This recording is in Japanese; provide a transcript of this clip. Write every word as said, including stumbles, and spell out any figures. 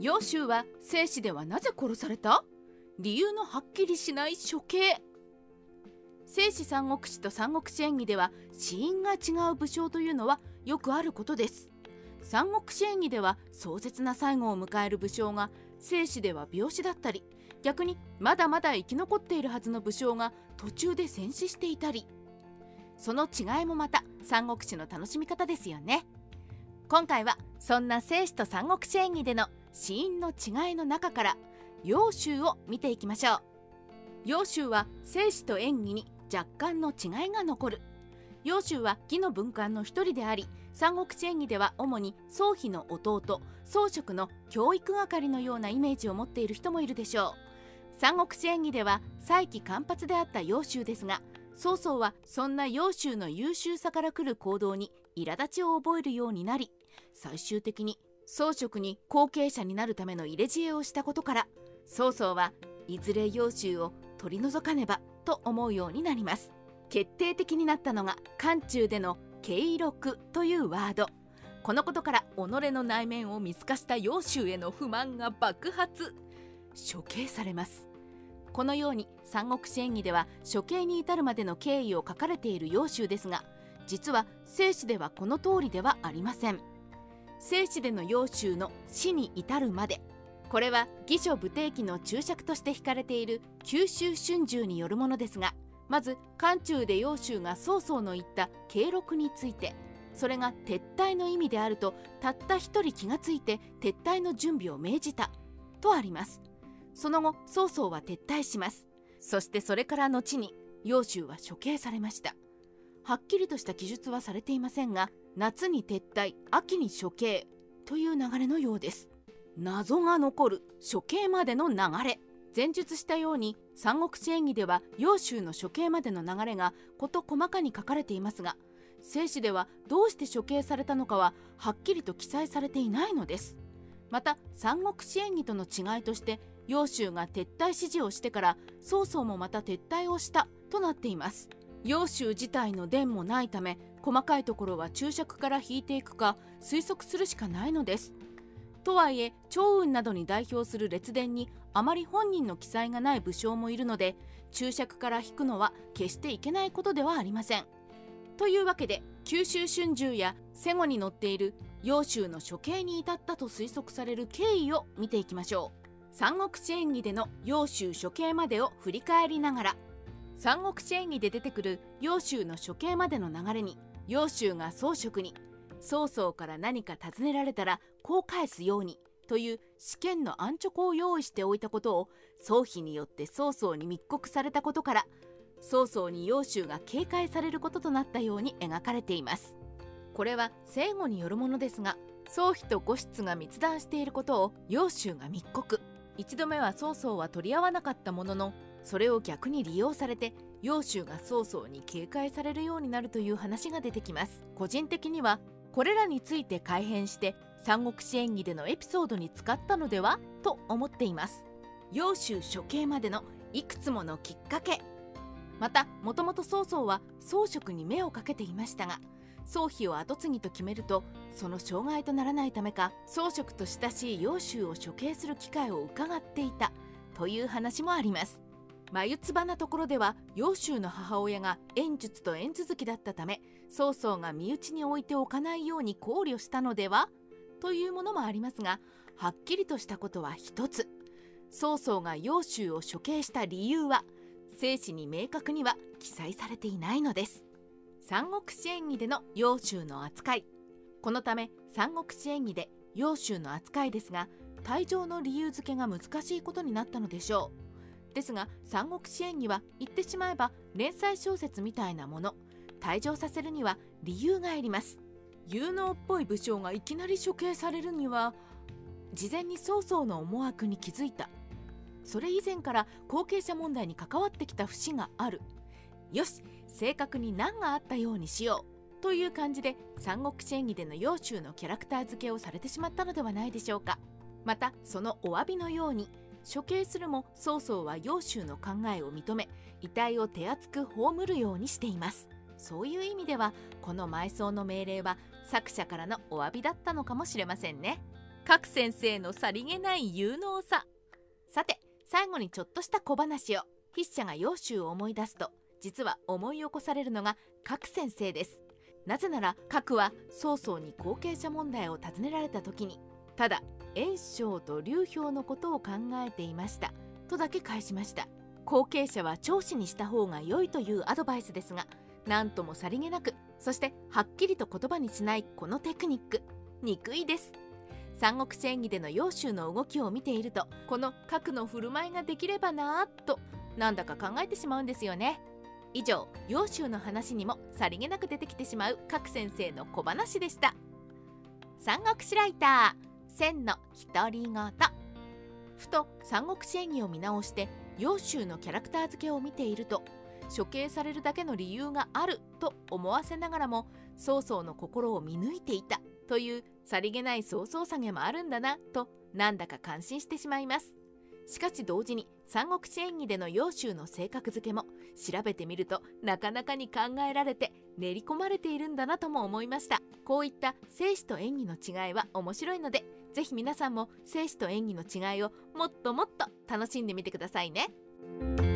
揚州は正史ではなぜ殺された？理由のはっきりしない処刑。正史三国志と三国志演義では死因が違う武将というのはよくあることです。三国志演義では壮絶な最後を迎える武将が正史では病死だったり、逆にまだまだ生き残っているはずの武将が途中で戦死していたり、その違いもまた三国志の楽しみ方ですよね。今回はそんな正史と三国志演義での死因の違いの中から揚州を見ていきましょう。揚州は正史と演義に若干の違いが残る。揚州は義の文官の一人であり、三国志演義では主に宗妃の弟宗職の教育係のようなイメージを持っている人もいるでしょう。三国志演義では才気間髪であった揚州ですが、曹操はそんな揚州の優秀さから来る行動に苛立ちを覚えるようになり、最終的に宗職に後継者になるための入れ知恵をしたことから、曹操はいずれ揚州を取り除かねばと思うようになります。決定的になったのが漢中での計録というワード。このことから己の内面を見透かした揚州への不満が爆発。処刑されます。このように三国志演義では処刑に至るまでの経緯を書かれている揚州ですが、実は正史ではこの通りではありません。正史での揚州の死に至るまで、これは義書武定記の注釈として引かれている九州春秋によるものですが、まず漢中で揚州が曹操の言った計録について、それが撤退の意味であるとたった一人気がついて撤退の準備を命じたとあります。その後曹操は撤退します。そしてそれから後に揚州は処刑されました。はっきりとした記述はされていませんが、夏に撤退、秋に処刑という流れのようです。謎が残る処刑までの流れ。前述したように三国志演義では揚州の処刑までの流れが事細かに書かれていますが、正史ではどうして処刑されたのかははっきりと記載されていないのです。また三国志演義との違いとして、揚州が撤退指示をしてから曹操もまた撤退をしたとなっています。揚州自体の伝もないため、細かいところは注釈から引いていくか推測するしかないのです。とはいえ趙雲などに代表する列伝にあまり本人の記載がない武将もいるので、注釈から引くのは決していけないことではありません。というわけで九州春秋や世語に載っている揚州の処刑に至ったと推測される経緯を見ていきましょう。三国志演義での揚州処刑までを振り返りながら、三国志演義で出てくる揚州の処刑までの流れに、揚州が宗職に曹操から何か尋ねられたらこう返すようにという試験の暗チョコを用意しておいたことを宗妃によって曹操に密告されたことから、曹操に揚州が警戒されることとなったように描かれています。これは正語によるものですが、宗妃と後室が密談していることを揚州が密告。一度目は曹操は取り合わなかったものの、それを逆に利用されて揚州が曹操に警戒されるようになるという話が出てきます。個人的にはこれらについて改変して三国志演義でのエピソードに使ったのではと思っています。揚州処刑までのいくつものきっかけ。またもともと曹操は宗職に目をかけていましたが、宗妃を跡継ぎと決めるとその障害とならないためか、宗職と親しい揚州を処刑する機会を伺っていたという話もあります。眉唾なところでは揚州の母親が縁術と縁続きだったため、曹操が身内に置いておかないように考慮したのではというものもありますが、はっきりとしたことは一つ。曹操が揚州を処刑した理由は正史に明確には記載されていないのです。三国志演義での揚州の扱い。このため三国志演義で揚州の扱いですが、退場の理由付けが難しいことになったのでしょう。ですが三国志演義は言ってしまえば連載小説みたいなもの。退場させるには理由がいります。有能っぽい武将がいきなり処刑されるには、事前に曹操の思惑に気づいた。それ以前から後継者問題に関わってきた節がある。よし、正確に何があったようにしようという感じで三国志演義での揚州のキャラクター付けをされてしまったのではないでしょうか。またそのお詫びのように、処刑するも曹操は揚州の考えを認め、遺体を手厚く葬るようにしています。そういう意味ではこの埋葬の命令は作者からのお詫びだったのかもしれませんね。 各先生のさりげない有能さ。さて最後にちょっとした小話を。筆者が揚州を思い出すと、実は思い起こされるのが各先生です。なぜなら各は曹操に後継者問題を尋ねられた時に、ただ袁紹と劉氷のことを考えていましたとだけ返しました。後継者は長子にした方が良いというアドバイスですが、なんともさりげなく、そしてはっきりと言葉にしないこのテクニック、憎いです。三国志演義での揚州の動きを見ていると、この各の振る舞いができればなぁとなんだか考えてしまうんですよね。以上、揚州の話にもさりげなく出てきてしまう各先生の小話でした。三国志ライター千の独り言。ふと三国志演義を見直して揚州のキャラクター付けを見ていると、処刑されるだけの理由があると思わせながらも曹操の心を見抜いていたというさりげない曹操下げもあるんだなと、なんだか感心してしまいます。しかし同時に三国志演義での揚州の性格付けも調べてみるとなかなかに考えられて練り込まれているんだなとも思いました。こういった正史と演義の違いは面白いので、ぜひ皆さんも正史と演義の違いをもっともっと楽しんでみてくださいね。